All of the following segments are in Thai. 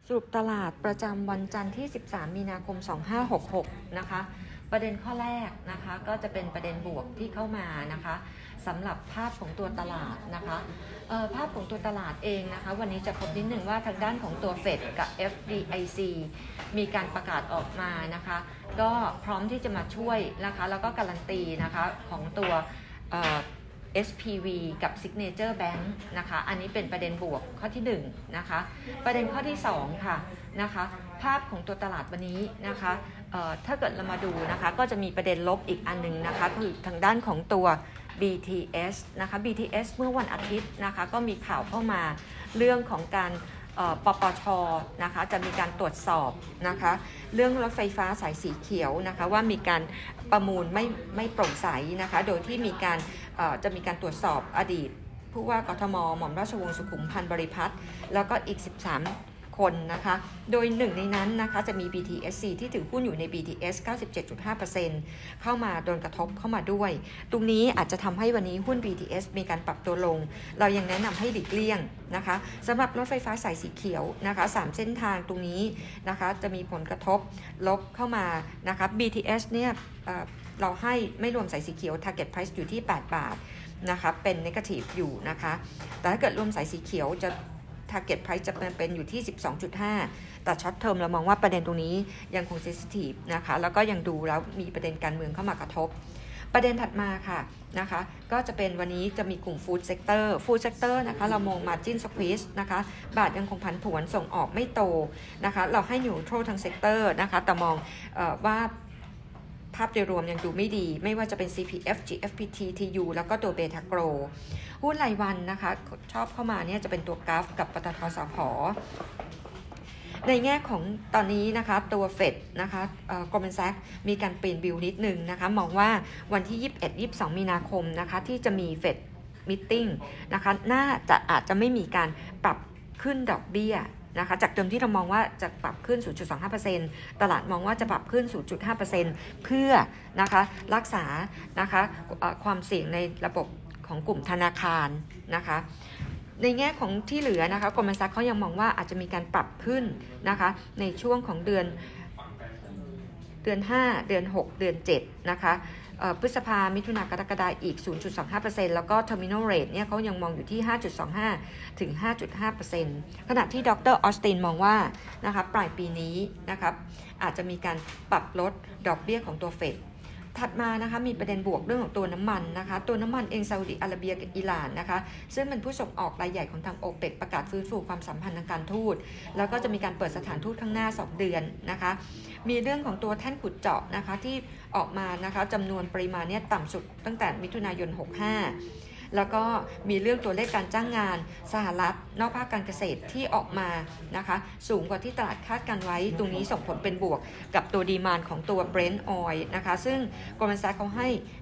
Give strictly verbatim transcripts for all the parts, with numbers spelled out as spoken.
สรุปตลาดประจำวันจันทร์ที่สิบสามมีนาคมสองพันห้าร้อยหกสิบหกนะคะประเด็นข้อแรกนะคะก็จะเป็นประเด็นบวกที่เข้ามานะคะสำหรับภาพของตัวตลาดนะคะภาพของตัวตลาดเองนะคะวันนี้จะพบนิดหนึ่งว่าทางด้านของตัว เฟด กับ เอฟ ดี ไอ ซี มีการประกาศออกมานะคะก็พร้อมที่จะมาช่วยนะคะแล้วก็การันตีนะคะของตัวเอส พี วี กับ Signature Bank นะคะอันนี้เป็นประเด็นบวกข้อที่หนึ่งนะคะประเด็นข้อที่สองค่ะนะคะภาพของตัวตลาดวันนี้นะคะถ้าเกิดเรามาดูนะคะก็จะมีประเด็นลบอีกอันนึงนะคะคือทางด้านของตัว บี ที เอส นะคะ บี ที เอส เมื่อวันอาทิตย์นะคะก็มีข่าวเข้ามาเรื่องของการปปช.นะคะจะมีการตรวจสอบนะคะเรื่องรถไฟฟ้าสายสีเขียวนะคะว่ามีการประมูลไม่ไม่โปร่งใสนะคะโดยที่มีการจะมีการตรวจสอบอดีตผู้ว่ากทม.หม่อมราชวงศ์สุขุมพันธ์บริพัตรแล้วก็อีกสิบสามคนนะคะโดยหนึ่งในนั้นนะคะจะมี บี ที เอส ซี ที่ถือหุ้นอยู่ใน บี ที เอส เก้าสิบเจ็ดจุดห้าเปอร์เซ็นต์ เข้ามาโดนกระทบเข้ามาด้วยตรงนี้อาจจะทำให้วันนี้หุ้น บี ที เอส มีการปรับตัวลงเรายังแนะนำให้หลีกเลี่ยงนะคะสำหรับรถไฟฟ้าสายสีเขียวนะคะสามเส้นทางตรงนี้นะคะจะมีผลกระทบลบเข้ามานะคะ บี ที เอส เนี่ย เอ่อ เราให้ไม่รวมสายสีเขียว target price อยู่ที่แปดบาทนะคะเป็น negative อยู่นะคะแต่ถ้าเกิดรวมสายสีเขียวจะtarget price จะเป็นอยู่ที่ สิบสองจุดห้า แต่ช็อตเทอมเรามองว่าประเด็นตรงนี้ยังคง sensitive นะคะแล้วก็ยังดูแล้วมีประเด็นการเมืองเข้ามากระทบประเด็นถัดมาค่ะนะคะก็จะเป็นวันนี้จะมีกลุ่ม food sector food sector นะคะเรามอง margin squeeze นะคะบาทยังคงผันผวนส่งออกไม่โตนะคะเราให้ neutral ทั้ง sector นะคะแต่มองเอ่อว่าภาพโดยรวมยังดูไม่ดีไม่ว่าจะเป็น ซี พี เอฟ จี เอฟ พี ที ที ยู แล้วก็ตัวเบทาโกรหุ้นรายวันนะคะชอบเข้ามาเนี่ยจะเป็นตัวกราฟกับปตท.สผ.ในแง่ของตอนนี้นะคะตัว เฟด นะคะเอ่อ Goldman Sachs มีการเปลี่ยนวิวนิดนึงนะคะมองว่าวันที่ยี่สิบเอ็ด ยี่สิบสองมีนาคมนะคะที่จะมี เฟด Meeting นะคะน่าจะอาจจะไม่มีการปรับขึ้นดอกเบี้ยนะคะจากเดิมที่เรามองว่าจะปรับขึ้น ศูนย์จุดสองห้าเปอร์เซ็นต์ ตลาดมองว่าจะปรับขึ้น ศูนย์จุดห้าเปอร์เซ็นต์ เพื่อนะคะรักษานะคะความเสี่ยงในระบบของกลุ่มธนาคารนะคะในแง่ของที่เหลือนะคะกรมธรรม์เขายังมองว่าอาจจะมีการปรับขึ้นนะคะในช่วงของเดือนเดือนห้าเดือนหกเดือนเจ็ดนะคะพฤษภามิถุนากรกฎาอีก ศูนย์จุดสองห้าเปอร์เซ็นต์ แล้วก็ terminal rate เนี่ยเขายังมองอยู่ที่ ห้าจุดสองห้า ถึง ห้าจุดห้าเปอร์เซ็นต์ ขณะที่ดร.ออสตินมองว่านะคะปลายปีนี้นะครับอาจจะมีการปรับลดดอกเบี้ยของตัวเฟดถัดมานะคะมีประเด็นบวกเรื่องของตัวน้ำมันนะคะตัวน้ำมันเองซาอุดิอาระเบียกับอิหร่านนะคะซึ่งเป็นผู้ส่งออกรายใหญ่ของทางโอเปกประกาศฟื้นฟูความสัมพันธ์ทางการทูตแล้วก็จะมีการเปิดสถานทูตข้างหน้าสองเดือนนะคะมีเรื่องของตัวแท่นขุดเจาะนะคะที่ออกมานะคะจำนวนปริมาณเนี่ยต่ำสุดตั้งแต่มิถุนายนหกสิบห้าแล้วก็มีเรื่องตัวเลขการจ้างงานสหรัฐนอกภาคการเกษตรที่ออกมานะคะสูงกว่าที่ตลาดคาดการไว้ตรงนี้ส่งผลเป็นบวกกับตัวดีมานด์ของตัว Brent Oil นะคะซึ่ง Goldman Sachs เขาให้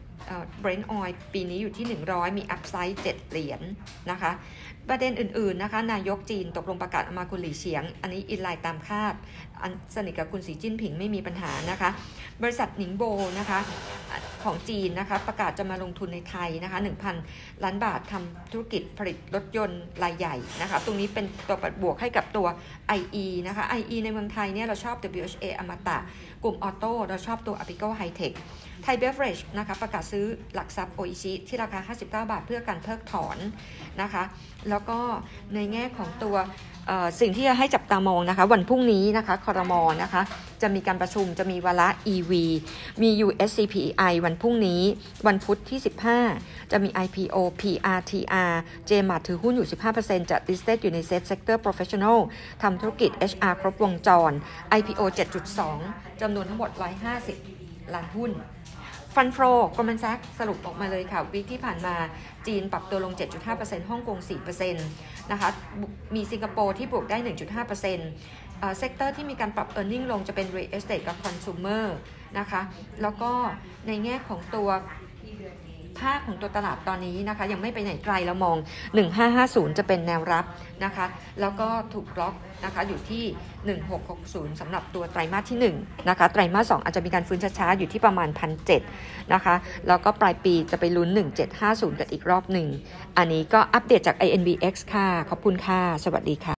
Brent Oil ปีนี้อยู่ที่หนึ่งร้อยมีอัพไซด์เจ็ดเหรียญนะคะประเด็นอื่นๆนะคะนายกจีนตกลงประกาศออกมาคุณหลี่เฉียงอันนี้อินไลน์ตามคาดอันสนิทกับคุณสีจิ้นผิงไม่มีปัญหานะคะบริษัทหนิงโบนะคะของจีนนะคะประกาศจะมาลงทุนในไทยนะคะ หนึ่งพัน ล้านบาททำธุรกิจผลิตรถยนต์รายใหญ่นะคะตรงนี้เป็นตัวบวกให้กับตัว ไอ อี นะคะ ไอ อี ในเมืองไทยเนี่ยเราชอบ ดับเบิลยู เอช เอ อมตะกลุ่มออโต้เราชอบตัว Apico High-Tech ไทยเบฟเรจนะคะประกาศซื้อหลักทรัพย์โออิชิที่ราคาห้าสิบเก้าบาทเพื่อการเพิกถอนนะคะแล้วก็ในแง่ของตัวสิ่งที่จะให้จับตามองนะคะวันพรุ่งนี้นะคะครม.นะคะจะมีการประชุมจะมีวาระ อี วี มี ยู เอส ซี พี ไอ วันพรุ่งนี้วันพุธที่สิบห้าจะมี ไอ พี โอ พี อาร์ ที อาร์ เจ มาร์ ถือหุ้นอยู่ สิบห้าเปอร์เซ็นต์ จะ listed อยู่ใน Set Sector Professional ทำธุรกิจ เอช อาร์ ครบวงจร ไอ พี โอ เจ็ดจุดสอง จำนวนทั้งหมดหนึ่งร้อยห้าสิบล้านหุ้นฟันโฟ Goldman Sachs สรุปออกมาเลยค่ะวีคที่ผ่านมาจีนปรับตัวลง เจ็ดจุดห้าเปอร์เซ็นต์ ฮ่องกง สี่เปอร์เซ็นต์ นะคะมีสิงคโปร์ที่บวกได้ หนึ่งจุดห้าเปอร์เซ็นต์ เอ่อเซกเตอร์ที่มีการปรับ earning ลงจะเป็น real estate กับ consumer นะคะแล้วก็ในแง่ของตัวภาคของตัวตลาดตอนนี้นะคะยังไม่ไปไหนไกลเรามองหนึ่งพันห้าร้อยห้าสิบจะเป็นแนวรับนะคะแล้วก็ถูกล็อกนะคะอยู่ที่หนึ่งพันหกร้อยหกสิบสำหรับตัวไตรมาสที่หนึ่งนะคะไตรมาสสองอาจจะมีการฟื้นช้าๆอยู่ที่ประมาณ หนึ่งพันเจ็ดร้อย นะคะแล้วก็ปลายปีจะไปลุ้นหนึ่งพันเจ็ดร้อยห้าสิบกันอีกรอบหนึ่งอันนี้ก็อัปเดตจาก ไอ เอ็น บี เอ็กซ์ ค่ะขอบคุณค่ะสวัสดีค่ะแบงค์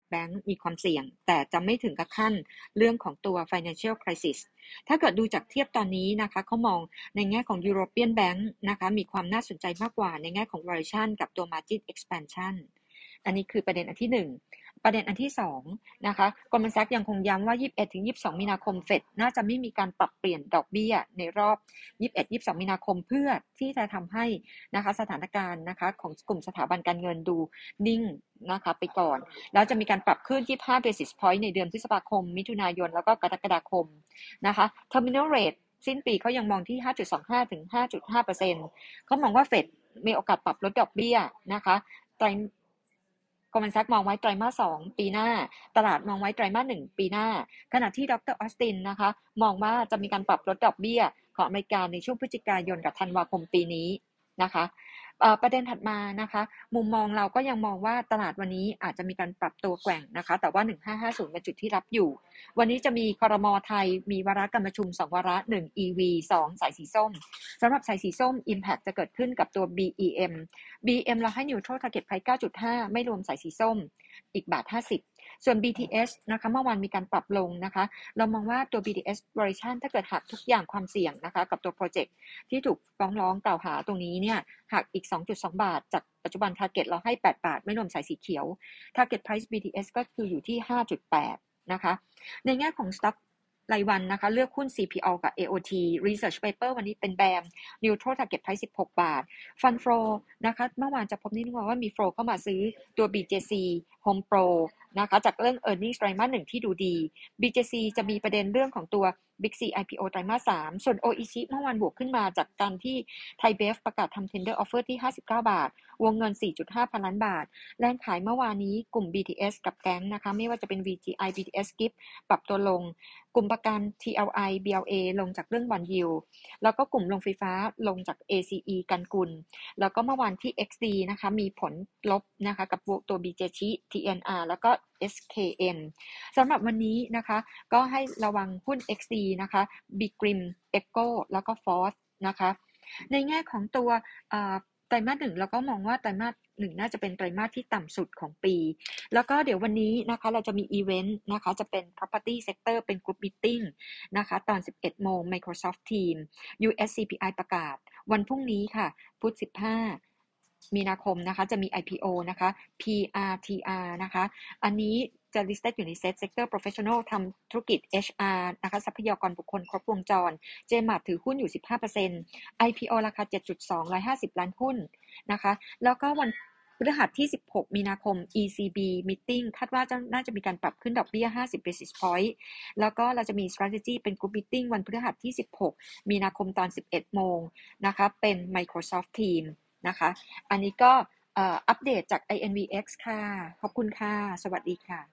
มีความเสี่ยงแต่จะไม่ถึงกับขั้นเรื่องของตัว financial crisis ถ้าเกิดดูจากเทียบตอนนี้นะคะเขามองในแง่ของ European Bank นะคะมีความน่าสนใจมากกว่าในแง่ของ valuation กับตัว margin expansion อันนี้คือประเด็นอันที่หนึ่งประเด็นอันที่สองนะคะ Goldman Sachs ยังคงย้ำว่า ยี่สิบเอ็ดถึงยี่สิบสอง มีนาคมเฟดน่าจะไม่มีการปรับเปลี่ยนดอกเบี้ยในรอบ ยี่สิบเอ็ด ยี่สิบสอง มีนาคมเพื่อที่จะทำให้นะคะสถานการณ์นะคะของกลุ่มสถาบันการเงินดูนิ่งนะคะไปก่อนแล้วจะมีการปรับขึ้นยี่สิบห้า basis point ในเดือนพฤษภาคมมิถุนายนแล้วก็กรกฎาคมนะคะ Terminal rate สิ้นปีเขายังมองที่ ห้าจุดสองห้า ถึง ห้าจุดห้าเปอร์เซ็นต์ เขามองว่าเฟดมีโอกาสปรับลดดอกเบี้ยนะคะไตรGoldman Sachs มองไว้ไตรมาสสองปีหน้าตลาดมองไว้ไตรมาสหนึ่งปีหน้าขณะที่ดรออสตินนะคะมองว่าจะมีการปรับลดดอกเบี้ยของอเมริกาในช่วงพฤศจิกายนกับธันวาคมปีนี้นะคะประเด็นถัดมานะคะมุมมองเราก็ยังมองว่าตลาดวันนี้อาจจะมีการปรับตัวแกว่งนะคะแต่ว่าหนึ่งพันห้าร้อยห้าสิบเป็นจุดที่รับอยู่วันนี้จะมีครม.ไทยมีวาระการประชุมสองวาระหนึ่ง อี วี สองสายสีส้มสำหรับสายสีส้ม Impact จะเกิดขึ้นกับตัว บี อี เอ็ม บี อี เอ็ม เราให้ Neutral Target Price เก้าจุดห้า ไม่รวมสายสีส้มอีกบาทห้าสิบส่วน บี ที เอส นะคะเมื่อวานมีการปรับลงนะคะเรามองว่าตัว บี ที เอส Valuation ถ้าเกิดหักทุกอย่างความเสี่ยงนะคะกับตัวโปรเจกต์ที่ถูกฟ้องร้องกล่าวหาตรงนี้เนี่ยหักอีก สองจุดสอง บาทจากปัจจุบัน Target เราให้แปดบาทไม่รวมสายสีเขียว Target Price บี ที เอส ก็คืออยู่ที่ ห้าจุดแปด นะคะในแง่ของ Stockรายวันนะคะเลือกหุ้น ซี พี แอล กับ เอ โอ ที Research Paper วันนี้เป็นแบม Neutral Target Price สิบหกบาท Fund Flow นะคะเมื่อวานจะพบนิดนึงว่ามี Flow เข้ามาซื้อตัว บี เจ ซี Home Pro นะคะจากเรื่อง Earnings ไตรมาสหนึ่งที่ดูดี บี เจ ซี จะมีประเด็นเรื่องของตัว Big C ไอ พี โอ ไตรมาสสามส่วน โอ อี ชิ เมื่อวานบวกขึ้นมาจากการที่ไทยเบฟประกาศทำ Tender Offer ที่ห้าสิบเก้าบาทวงเงิน สี่จุดห้า พันล้านบาทแรงขายเมื่อวานนี้กลุ่ม บี ที เอส กับแก๊งนะคะไม่ว่าจะเป็น วี จี ไอ บี ที เอส Gift ปรับตัวลงกลุ่มประกัน ที แอล ไอ บี แอล เอ ลงจากเรื่องบอนด์ยิลด์แล้วก็กลุ่มโรงไฟฟ้าลงจาก เอ ซี อี กันกุลแล้วก็เมื่อวานที่ เอ็กซ์ ดี นะคะมีผลลบนะคะกับตัว บี เจ ชิ ที เอ็น อาร์ แล้วก็ เอส เค เอ็ม สำหรับวันนี้นะคะก็ให้ระวังหุ้น เอ็กซ์ ดี นะคะ Bigrim Echo แล้วก็ Force นะคะในแง่ของตัวไตรมาสหนึ่งเราก็มองว่าไตรมาสหนึ่งน่าจะเป็นไตรมาสที่ต่ำสุดของปีแล้วก็เดี๋ยววันนี้นะคะเราจะมีอีเวนต์นะคะจะเป็น property sector เป็น group meeting นะคะตอน สิบเอ็ดโมง Microsoft Teams ยู เอส ซี พี ไอ ประกาศวันพรุ่งนี้ค่ะพุธสิบห้ามีนาคมนะคะจะมี ไอ พี โอ นะคะ พี อาร์ ที อาร์ นะคะอันนี้จะ listed อยู่ใน Set Sector Professional ทำธุรกิจ เอช อาร์ นะคะทรัพยากรบุคคลครบวงจร เจ เอ็ม เอ ที ถือหุ้นอยู่ สิบห้าเปอร์เซ็นต์ ไอ พี โอ ราคา เจ็ดจุดสอง หนึ่งร้อยห้าสิบล้านหุ้นนะคะแล้วก็วันพฤหัสที่สิบหกมีนาคม อี ซี บี Meeting คาดว่าจะน่าจะมีการปรับขึ้นดอกเบี้ยห้าสิบ basis point แล้วก็เราจะมี strategy เป็น group meeting วันพฤหัสที่สิบหกมีนาคมตอน สิบเอ็ดโมงนะคะเป็น Microsoft Teams นะคะอันนี้ก็อัปเดตจาก ไอ เอ็น วี เอ็กซ์ ค่ะขอบคุณค่ะสวัสดีค่ะ